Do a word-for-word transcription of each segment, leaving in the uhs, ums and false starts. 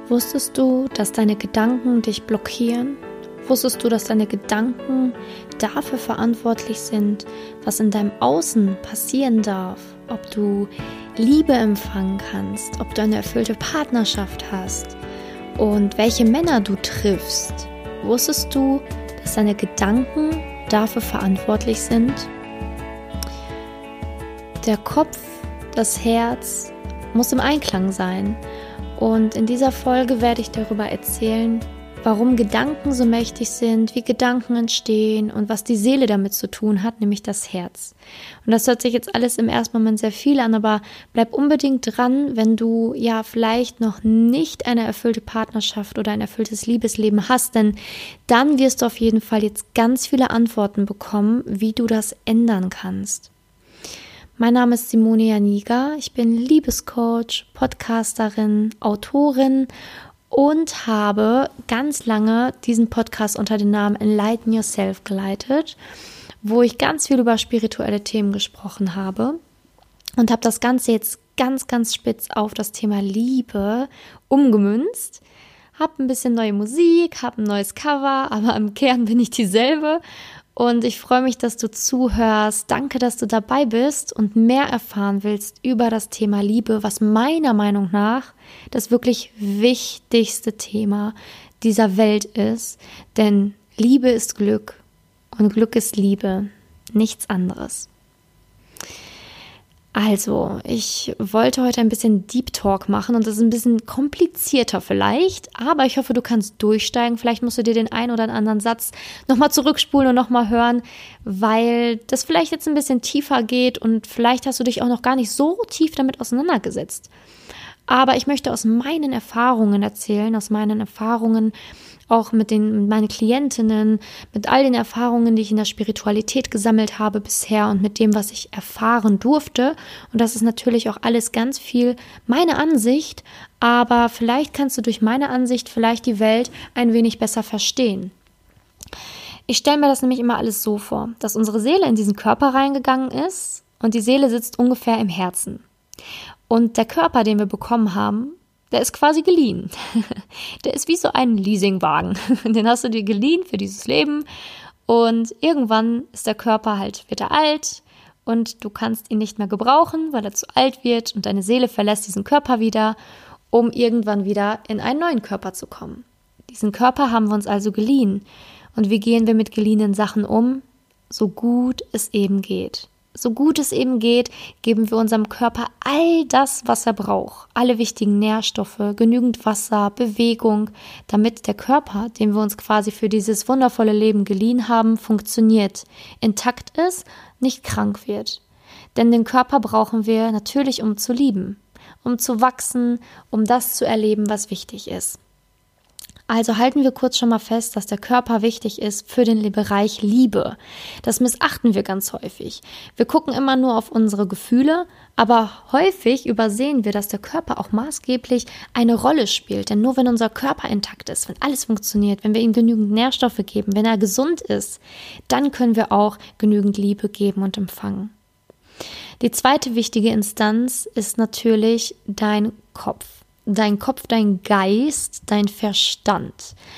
Wusstest du, dass deine Gedanken dich blockieren? Wusstest du, dass deine Gedanken dafür verantwortlich sind, was in deinem Außen passieren darf? Ob du Liebe empfangen kannst, ob du eine erfüllte Partnerschaft hast und welche Männer du triffst? Wusstest du, dass deine Gedanken dafür verantwortlich sind? Der Kopf, das Herz muss im Einklang sein. Und in dieser Folge werde ich darüber erzählen, warum Gedanken so mächtig sind, wie Gedanken entstehen und was die Seele damit zu tun hat, nämlich das Herz. Und das hört sich jetzt alles im ersten Moment sehr viel an, aber bleib unbedingt dran, wenn du ja vielleicht noch nicht eine erfüllte Partnerschaft oder ein erfülltes Liebesleben hast, denn dann wirst du auf jeden Fall jetzt ganz viele Antworten bekommen, wie du das ändern kannst. Mein Name ist Simone Janiga, ich bin Liebescoach, Podcasterin, Autorin und habe ganz lange diesen Podcast unter dem Namen Enlighten Yourself geleitet, wo ich ganz viel über spirituelle Themen gesprochen habe und habe das Ganze jetzt ganz, ganz spitz auf das Thema Liebe umgemünzt. Habe ein bisschen neue Musik, habe ein neues Cover, aber im Kern bin ich dieselbe. Und ich freue mich, dass du zuhörst. Danke, dass du dabei bist und mehr erfahren willst über das Thema Liebe, was meiner Meinung nach das wirklich wichtigste Thema dieser Welt ist. Denn Liebe ist Glück und Glück ist Liebe, nichts anderes. Also, ich wollte heute ein bisschen Deep Talk machen und das ist ein bisschen komplizierter vielleicht, aber ich hoffe, du kannst durchsteigen. Vielleicht musst du dir den einen oder anderen Satz nochmal zurückspulen und nochmal hören, weil das vielleicht jetzt ein bisschen tiefer geht und vielleicht hast du dich auch noch gar nicht so tief damit auseinandergesetzt. Aber ich möchte aus meinen Erfahrungen erzählen, aus meinen Erfahrungen auch mit den mit meinen Klientinnen, mit all den Erfahrungen, die ich in der Spiritualität gesammelt habe bisher und mit dem, was ich erfahren durfte. Und das ist natürlich auch alles ganz viel meine Ansicht, aber vielleicht kannst du durch meine Ansicht vielleicht die Welt ein wenig besser verstehen. Ich stelle mir das nämlich immer alles so vor, dass unsere Seele in diesen Körper reingegangen ist und die Seele sitzt ungefähr im Herzen. Und der Körper, den wir bekommen haben, der ist quasi geliehen. Der ist wie so ein Leasingwagen. Den hast du dir geliehen für dieses Leben und irgendwann ist der Körper halt, wird er alt und du kannst ihn nicht mehr gebrauchen, weil er zu alt wird und deine Seele verlässt diesen Körper wieder, um irgendwann wieder in einen neuen Körper zu kommen. Diesen Körper haben wir uns also geliehen. Und wie gehen wir mit geliehenen Sachen um? So gut es eben geht. So gut es eben geht, geben wir unserem Körper all das, was er braucht. Alle wichtigen Nährstoffe, genügend Wasser, Bewegung, damit der Körper, den wir uns quasi für dieses wundervolle Leben geliehen haben, funktioniert, intakt ist, nicht krank wird. Denn den Körper brauchen wir natürlich, um zu lieben, um zu wachsen, um das zu erleben, was wichtig ist. Also halten wir kurz schon mal fest, dass der Körper wichtig ist für den Bereich Liebe. Das missachten wir ganz häufig. Wir gucken immer nur auf unsere Gefühle, aber häufig übersehen wir, dass der Körper auch maßgeblich eine Rolle spielt. Denn nur wenn unser Körper intakt ist, wenn alles funktioniert, wenn wir ihm genügend Nährstoffe geben, wenn er gesund ist, dann können wir auch genügend Liebe geben und empfangen. Die zweite wichtige Instanz ist natürlich dein Kopf. Dein Kopf, dein Geist, dein Verstand.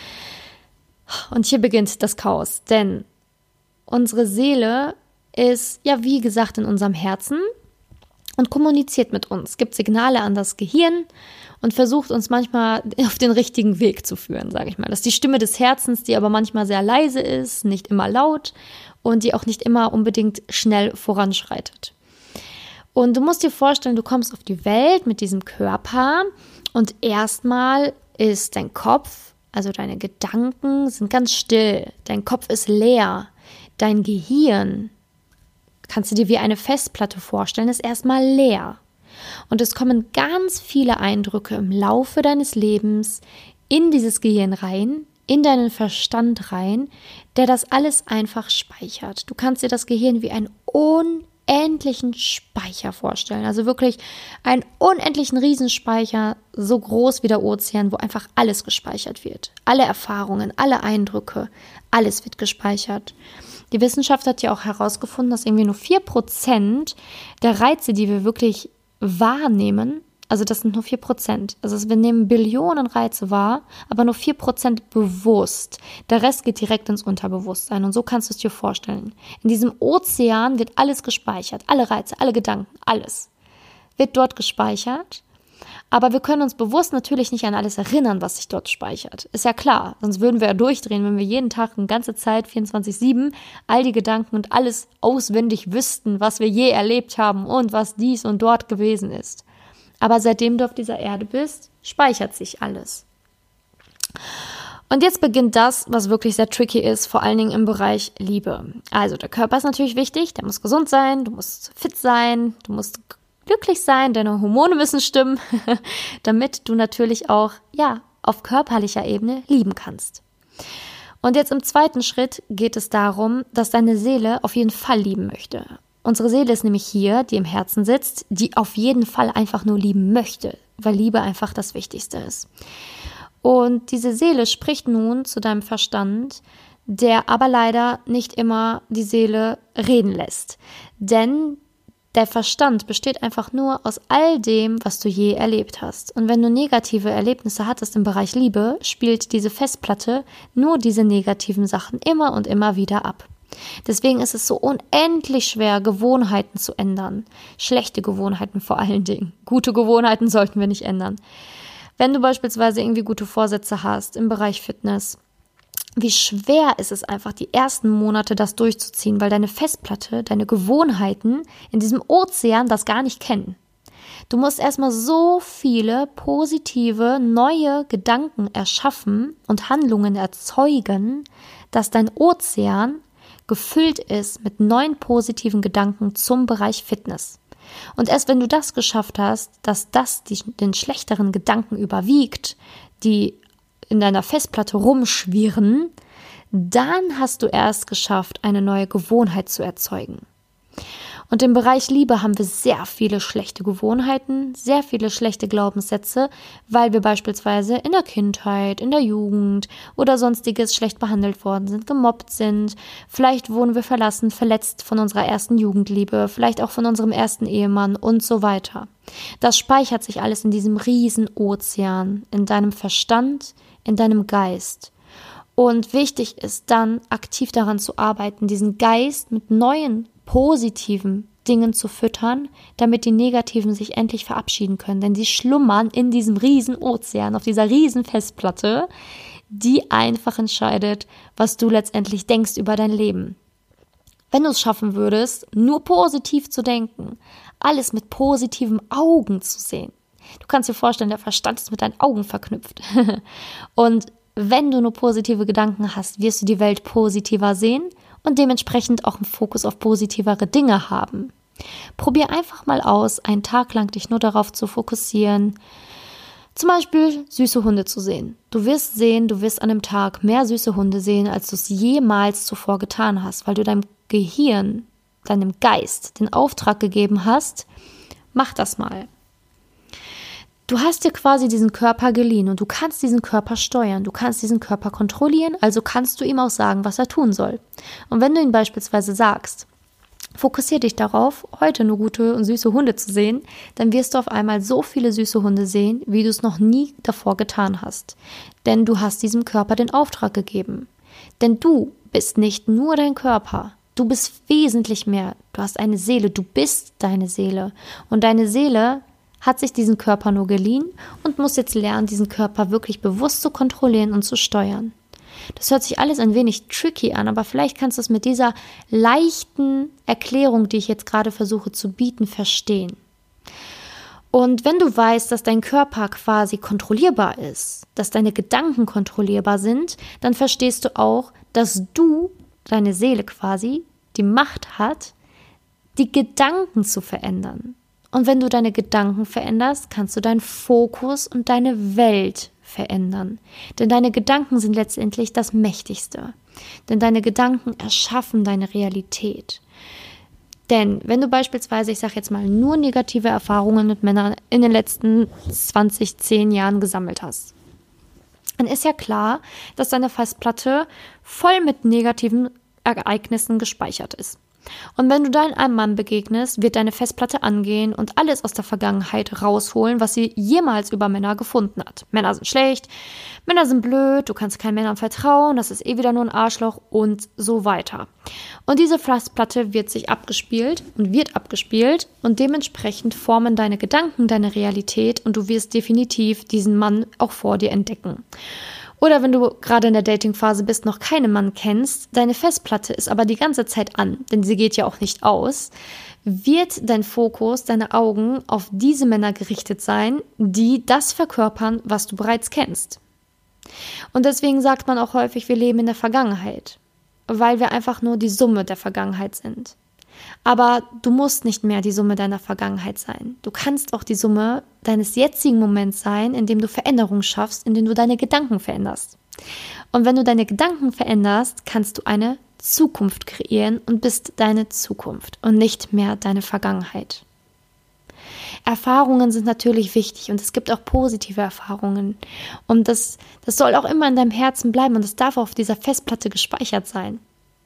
Und hier beginnt das Chaos, denn unsere Seele ist, ja wie gesagt, in unserem Herzen und kommuniziert mit uns, gibt Signale an das Gehirn und versucht uns manchmal auf den richtigen Weg zu führen, sage ich mal. Das ist die Stimme des Herzens, die aber manchmal sehr leise ist, nicht immer laut und die auch nicht immer unbedingt schnell voranschreitet. Und du musst dir vorstellen, du kommst auf die Welt mit diesem Körper und erstmal ist dein Kopf, also deine Gedanken sind ganz still. Dein Kopf ist leer. Dein Gehirn, kannst du dir wie eine Festplatte vorstellen, ist erstmal leer. Und es kommen ganz viele Eindrücke im Laufe deines Lebens in dieses Gehirn rein, in deinen Verstand rein, der das alles einfach speichert. Du kannst dir das Gehirn wie ein un unendlichen Speicher vorstellen. Also wirklich einen unendlichen Riesenspeicher, so groß wie der Ozean, wo einfach alles gespeichert wird. Alle Erfahrungen, alle Eindrücke, alles wird gespeichert. Die Wissenschaft hat ja auch herausgefunden, dass irgendwie nur vier Prozent der Reize, die wir wirklich wahrnehmen, Also das sind nur vier Prozent. Also wir nehmen Billionen Reize wahr, aber nur vier Prozent bewusst. Der Rest geht direkt ins Unterbewusstsein. Und so kannst du es dir vorstellen. In diesem Ozean wird alles gespeichert. Alle Reize, alle Gedanken, alles wird dort gespeichert. Aber wir können uns bewusst natürlich nicht an alles erinnern, was sich dort speichert. Ist ja klar, sonst würden wir ja durchdrehen, wenn wir jeden Tag eine ganze Zeit, vierundzwanzig sieben, all die Gedanken und alles auswendig wüssten, was wir je erlebt haben und was dies und dort gewesen ist. Aber seitdem du auf dieser Erde bist, speichert sich alles. Und jetzt beginnt das, was wirklich sehr tricky ist, vor allen Dingen im Bereich Liebe. Also der Körper ist natürlich wichtig, der muss gesund sein, du musst fit sein, du musst glücklich sein, deine Hormone müssen stimmen, damit du natürlich auch, ja, auf körperlicher Ebene lieben kannst. Und jetzt im zweiten Schritt geht es darum, dass deine Seele auf jeden Fall lieben möchte. Unsere Seele ist nämlich hier, die im Herzen sitzt, die auf jeden Fall einfach nur lieben möchte, weil Liebe einfach das Wichtigste ist. Und diese Seele spricht nun zu deinem Verstand, der aber leider nicht immer die Seele reden lässt. Denn der Verstand besteht einfach nur aus all dem, was du je erlebt hast. Und wenn du negative Erlebnisse hattest im Bereich Liebe, spielt diese Festplatte nur diese negativen Sachen immer und immer wieder ab. Deswegen ist es so unendlich schwer, Gewohnheiten zu ändern. Schlechte Gewohnheiten vor allen Dingen. Gute Gewohnheiten sollten wir nicht ändern. Wenn du beispielsweise irgendwie gute Vorsätze hast im Bereich Fitness, wie schwer ist es einfach, die ersten Monate das durchzuziehen, weil deine Festplatte, deine Gewohnheiten in diesem Ozean das gar nicht kennen. Du musst erstmal so viele positive, neue Gedanken erschaffen und Handlungen erzeugen, dass dein Ozean gefüllt ist mit neuen positiven Gedanken zum Bereich Fitness. Und erst wenn du das geschafft hast, dass das die, den schlechteren Gedanken überwiegt, die in deiner Festplatte rumschwirren, dann hast du erst geschafft, eine neue Gewohnheit zu erzeugen. Und im Bereich Liebe haben wir sehr viele schlechte Gewohnheiten, sehr viele schlechte Glaubenssätze, weil wir beispielsweise in der Kindheit, in der Jugend oder sonstiges schlecht behandelt worden sind, gemobbt sind. Vielleicht wurden wir verlassen, verletzt von unserer ersten Jugendliebe, vielleicht auch von unserem ersten Ehemann und so weiter. Das speichert sich alles in diesem riesen Ozean, in deinem Verstand, in deinem Geist. Und wichtig ist dann, aktiv daran zu arbeiten, diesen Geist mit neuen, positiven Dingen zu füttern, damit die negativen sich endlich verabschieden können. Denn sie schlummern in diesem riesen Ozean, auf dieser riesen Festplatte, die einfach entscheidet, was du letztendlich denkst über dein Leben. Wenn du es schaffen würdest, nur positiv zu denken, alles mit positiven Augen zu sehen. Du kannst dir vorstellen, der Verstand ist mit deinen Augen verknüpft. Und wenn du nur positive Gedanken hast, wirst du die Welt positiver sehen und dementsprechend auch einen Fokus auf positivere Dinge haben. Probier einfach mal aus, einen Tag lang dich nur darauf zu fokussieren, zum Beispiel süße Hunde zu sehen. Du wirst sehen, du wirst an einem Tag mehr süße Hunde sehen, als du es jemals zuvor getan hast, weil du deinem Gehirn, deinem Geist den Auftrag gegeben hast, mach das mal. Du hast dir quasi diesen Körper geliehen und du kannst diesen Körper steuern, du kannst diesen Körper kontrollieren, also kannst du ihm auch sagen, was er tun soll. Und wenn du ihm beispielsweise sagst, fokussier dich darauf, heute nur gute und süße Hunde zu sehen, dann wirst du auf einmal so viele süße Hunde sehen, wie du es noch nie davor getan hast. Denn du hast diesem Körper den Auftrag gegeben. Denn du bist nicht nur dein Körper, du bist wesentlich mehr. Du hast eine Seele, du bist deine Seele. Und deine Seele hat sich diesen Körper nur geliehen und muss jetzt lernen, diesen Körper wirklich bewusst zu kontrollieren und zu steuern. Das hört sich alles ein wenig tricky an, aber vielleicht kannst du es mit dieser leichten Erklärung, die ich jetzt gerade versuche zu bieten, verstehen. Und wenn du weißt, dass dein Körper quasi kontrollierbar ist, dass deine Gedanken kontrollierbar sind, dann verstehst du auch, dass du, deine Seele quasi, die Macht hat, die Gedanken zu verändern. Und wenn du deine Gedanken veränderst, kannst du deinen Fokus und deine Welt verändern. Denn deine Gedanken sind letztendlich das Mächtigste. Denn deine Gedanken erschaffen deine Realität. Denn wenn du beispielsweise, ich sage jetzt mal, nur negative Erfahrungen mit Männern in den letzten zwanzig, zehn Jahren gesammelt hast, dann ist ja klar, dass deine Festplatte voll mit negativen Ereignissen gespeichert ist. Und wenn du dann einem Mann begegnest, wird deine Festplatte angehen und alles aus der Vergangenheit rausholen, was sie jemals über Männer gefunden hat. Männer sind schlecht, Männer sind blöd, du kannst keinen Männern vertrauen, das ist eh wieder nur ein Arschloch und so weiter. Und diese Festplatte wird sich abgespielt und wird abgespielt und dementsprechend formen deine Gedanken deine Realität und du wirst definitiv diesen Mann auch vor dir entdecken. Oder wenn du gerade in der Datingphase bist, noch keinen Mann kennst, deine Festplatte ist aber die ganze Zeit an, denn sie geht ja auch nicht aus, wird dein Fokus, deine Augen auf diese Männer gerichtet sein, die das verkörpern, was du bereits kennst. Und deswegen sagt man auch häufig, wir leben in der Vergangenheit, weil wir einfach nur die Summe der Vergangenheit sind. Aber du musst nicht mehr die Summe deiner Vergangenheit sein. Du kannst auch die Summe deines jetzigen Moments sein, in dem du Veränderungen schaffst, in dem du deine Gedanken veränderst. Und wenn du deine Gedanken veränderst, kannst du eine Zukunft kreieren und bist deine Zukunft und nicht mehr deine Vergangenheit. Erfahrungen sind natürlich wichtig und es gibt auch positive Erfahrungen. Und das, das soll auch immer in deinem Herzen bleiben und es darf auf dieser Festplatte gespeichert sein.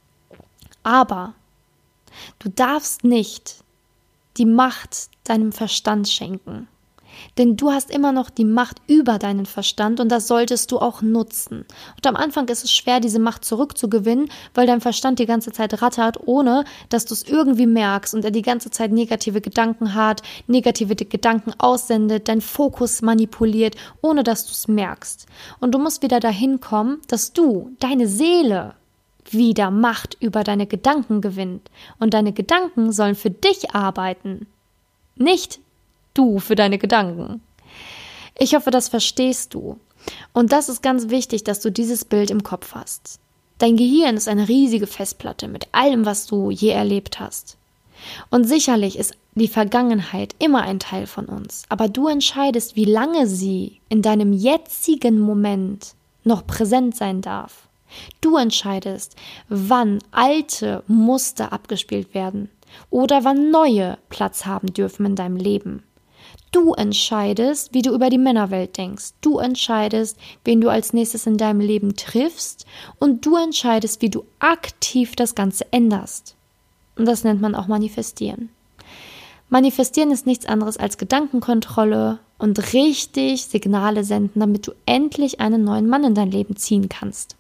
Aber du darfst nicht die Macht deinem Verstand schenken, denn du hast immer noch die Macht über deinen Verstand und das solltest du auch nutzen. Und am Anfang ist es schwer, diese Macht zurückzugewinnen, weil dein Verstand die ganze Zeit rattert, ohne dass du es irgendwie merkst und er die ganze Zeit negative Gedanken hat, negative Gedanken aussendet, deinen Fokus manipuliert, ohne dass du es merkst. Und du musst wieder dahin kommen, dass du, deine Seele, wieder Macht über deine Gedanken gewinnt. Und deine Gedanken sollen für dich arbeiten, nicht du für deine Gedanken. Ich hoffe, das verstehst du. Und das ist ganz wichtig, dass du dieses Bild im Kopf hast. Dein Gehirn ist eine riesige Festplatte mit allem, was du je erlebt hast. Und sicherlich ist die Vergangenheit immer ein Teil von uns, aber du entscheidest, wie lange sie in deinem jetzigen Moment noch präsent sein darf. Du entscheidest, wann alte Muster abgespielt werden oder wann neue Platz haben dürfen in deinem Leben. Du entscheidest, wie du über die Männerwelt denkst. Du entscheidest, wen du als nächstes in deinem Leben triffst und du entscheidest, wie du aktiv das Ganze änderst. Und das nennt man auch Manifestieren. Manifestieren ist nichts anderes als Gedankenkontrolle und richtig Signale senden, damit du endlich einen neuen Mann in dein Leben ziehen kannst.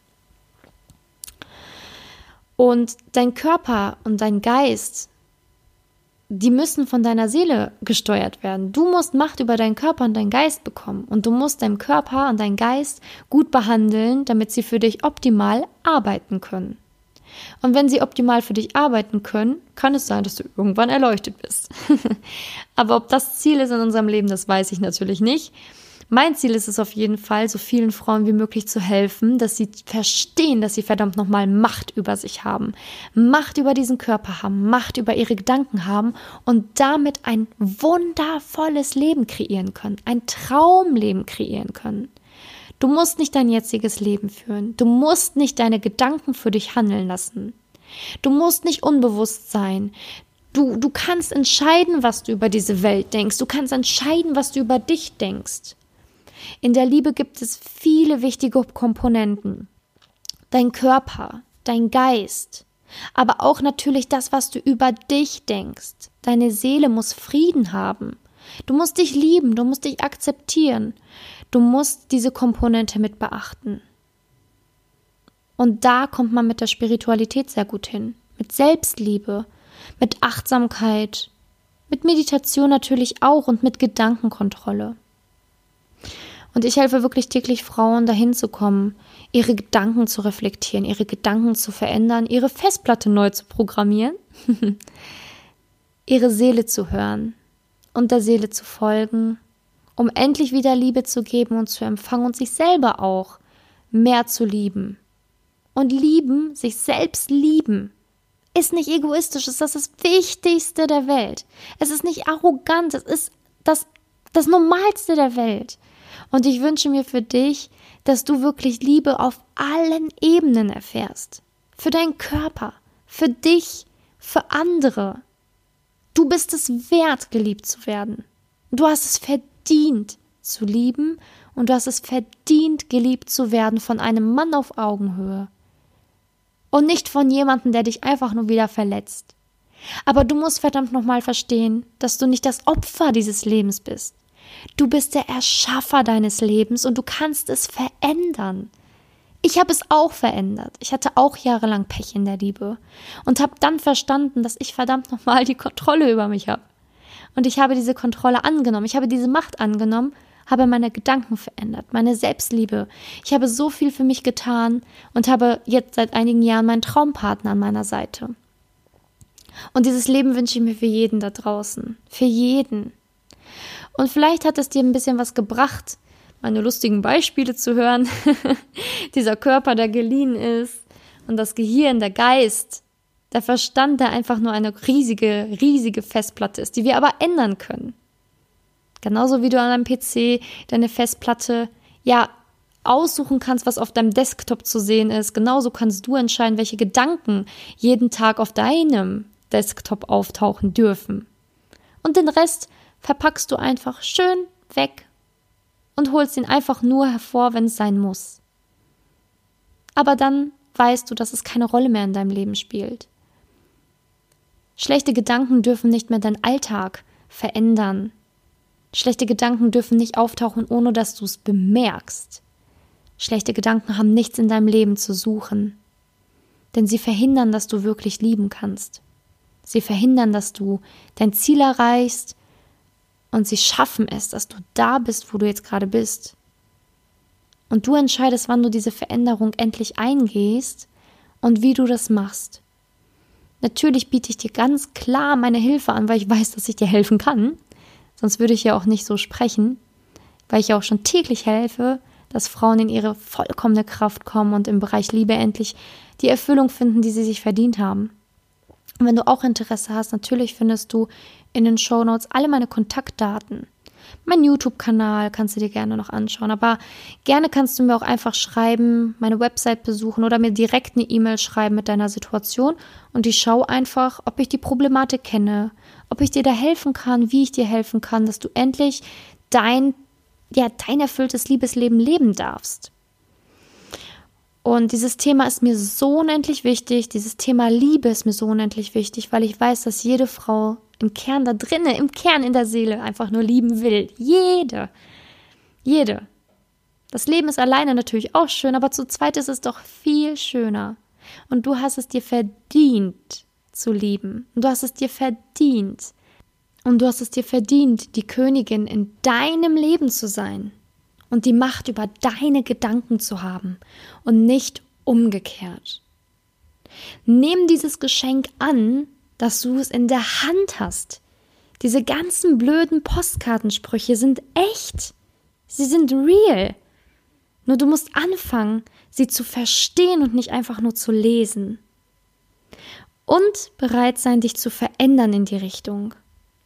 Und dein Körper und dein Geist, die müssen von deiner Seele gesteuert werden. Du musst Macht über deinen Körper und deinen Geist bekommen. Und du musst deinen Körper und deinen Geist gut behandeln, damit sie für dich optimal arbeiten können. Und wenn sie optimal für dich arbeiten können, kann es sein, dass du irgendwann erleuchtet bist. Aber ob das Ziel ist in unserem Leben, das weiß ich natürlich nicht. Mein Ziel ist es auf jeden Fall, so vielen Frauen wie möglich zu helfen, dass sie verstehen, dass sie verdammt nochmal Macht über sich haben, Macht über diesen Körper haben, Macht über ihre Gedanken haben und damit ein wundervolles Leben kreieren können, ein Traumleben kreieren können. Du musst nicht dein jetziges Leben führen, du musst nicht deine Gedanken für dich handeln lassen, du musst nicht unbewusst sein. Du, du kannst entscheiden, was du über diese Welt denkst, du kannst entscheiden, was du über dich denkst. In der Liebe gibt es viele wichtige Komponenten. Dein Körper, dein Geist, aber auch natürlich das, was du über dich denkst. Deine Seele muss Frieden haben. Du musst dich lieben, du musst dich akzeptieren. Du musst diese Komponente mit beachten. Und da kommt man mit der Spiritualität sehr gut hin. Mit Selbstliebe, mit Achtsamkeit, mit Meditation natürlich auch und mit Gedankenkontrolle. Und ich helfe wirklich täglich Frauen, dahin zu kommen, ihre Gedanken zu reflektieren, ihre Gedanken zu verändern, ihre Festplatte neu zu programmieren, ihre Seele zu hören und der Seele zu folgen, um endlich wieder Liebe zu geben und zu empfangen und sich selber auch mehr zu lieben. Und lieben, sich selbst lieben, ist nicht egoistisch, ist das das Wichtigste der Welt. Es ist nicht arrogant, es ist das, das Normalste der Welt. Und ich wünsche mir für dich, dass du wirklich Liebe auf allen Ebenen erfährst. Für deinen Körper, für dich, für andere. Du bist es wert, geliebt zu werden. Du hast es verdient, zu lieben und du hast es verdient, geliebt zu werden von einem Mann auf Augenhöhe. Und nicht von jemandem, der dich einfach nur wieder verletzt. Aber du musst verdammt nochmal verstehen, dass du nicht das Opfer dieses Lebens bist. Du bist der Erschaffer deines Lebens und du kannst es verändern. Ich habe es auch verändert. Ich hatte auch jahrelang Pech in der Liebe und habe dann verstanden, dass ich verdammt nochmal die Kontrolle über mich habe. Und ich habe diese Kontrolle angenommen. Ich habe diese Macht angenommen, habe meine Gedanken verändert, meine Selbstliebe. Ich habe so viel für mich getan und habe jetzt seit einigen Jahren meinen Traumpartner an meiner Seite. Und dieses Leben wünsche ich mir für jeden da draußen. Für jeden. Und vielleicht hat es dir ein bisschen was gebracht, meine lustigen Beispiele zu hören. Dieser Körper, der geliehen ist und das Gehirn, der Geist, der Verstand, der einfach nur eine riesige, riesige Festplatte ist, die wir aber ändern können. Genauso wie du an einem P C deine Festplatte ja aussuchen kannst, was auf deinem Desktop zu sehen ist. Genauso kannst du entscheiden, welche Gedanken jeden Tag auf deinem Desktop auftauchen dürfen. Und den Rest verpackst du einfach schön weg und holst ihn einfach nur hervor, wenn es sein muss. Aber dann weißt du, dass es keine Rolle mehr in deinem Leben spielt. Schlechte Gedanken dürfen nicht mehr deinen Alltag verändern. Schlechte Gedanken dürfen nicht auftauchen, ohne dass du es bemerkst. Schlechte Gedanken haben nichts in deinem Leben zu suchen, denn sie verhindern, dass du wirklich lieben kannst. Sie verhindern, dass du dein Ziel erreichst und sie schaffen es, dass du da bist, wo du jetzt gerade bist. Und du entscheidest, wann du diese Veränderung endlich eingehst und wie du das machst. Natürlich biete ich dir ganz klar meine Hilfe an, weil ich weiß, dass ich dir helfen kann. Sonst würde ich ja auch nicht so sprechen, weil ich ja auch schon täglich helfe, dass Frauen in ihre vollkommene Kraft kommen und im Bereich Liebe endlich die Erfüllung finden, die sie sich verdient haben. Und wenn du auch Interesse hast, natürlich findest du in den Shownotes alle meine Kontaktdaten. Mein YouTube-Kanal kannst du dir gerne noch anschauen, aber gerne kannst du mir auch einfach schreiben, meine Website besuchen oder mir direkt eine E-Mail schreiben mit deiner Situation und ich schaue einfach, ob ich die Problematik kenne, ob ich dir da helfen kann, wie ich dir helfen kann, dass du endlich dein, ja, dein erfülltes Liebesleben leben darfst. Und dieses Thema ist mir so unendlich wichtig, dieses Thema Liebe ist mir so unendlich wichtig, weil ich weiß, dass jede Frau im Kern da drinnen, im Kern in der Seele einfach nur lieben will. Jede. Jede. Das Leben ist alleine natürlich auch schön, aber zu zweit ist es doch viel schöner. Und du hast es dir verdient zu lieben. Und du hast es dir verdient. Und du hast es dir verdient, die Königin in deinem Leben zu sein. Und die Macht über deine Gedanken zu haben und nicht umgekehrt. Nimm dieses Geschenk an, dass du es in der Hand hast. Diese ganzen blöden Postkartensprüche sind echt. Sie sind real. Nur du musst anfangen, sie zu verstehen und nicht einfach nur zu lesen. Und bereit sein, dich zu verändern in die Richtung.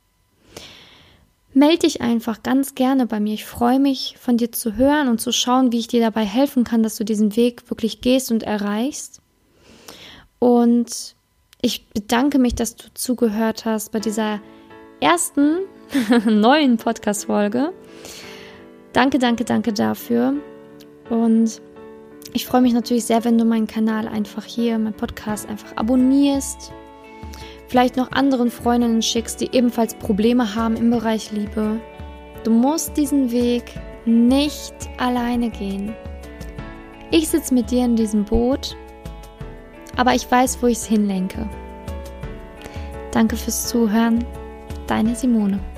Meld dich einfach ganz gerne bei mir. Ich freue mich, von dir zu hören und zu schauen, wie ich dir dabei helfen kann, dass du diesen Weg wirklich gehst und erreichst. Und ich bedanke mich, dass du zugehört hast bei dieser ersten neuen Podcast-Folge. Danke, danke, danke dafür. Und ich freue mich natürlich sehr, wenn du meinen Kanal einfach hier, meinen Podcast einfach abonnierst. Vielleicht noch anderen Freundinnen schickst, die ebenfalls Probleme haben im Bereich Liebe. Du musst diesen Weg nicht alleine gehen. Ich sitze mit dir in diesem Boot, aber ich weiß, wo ich es hinlenke. Danke fürs Zuhören. Deine Simone.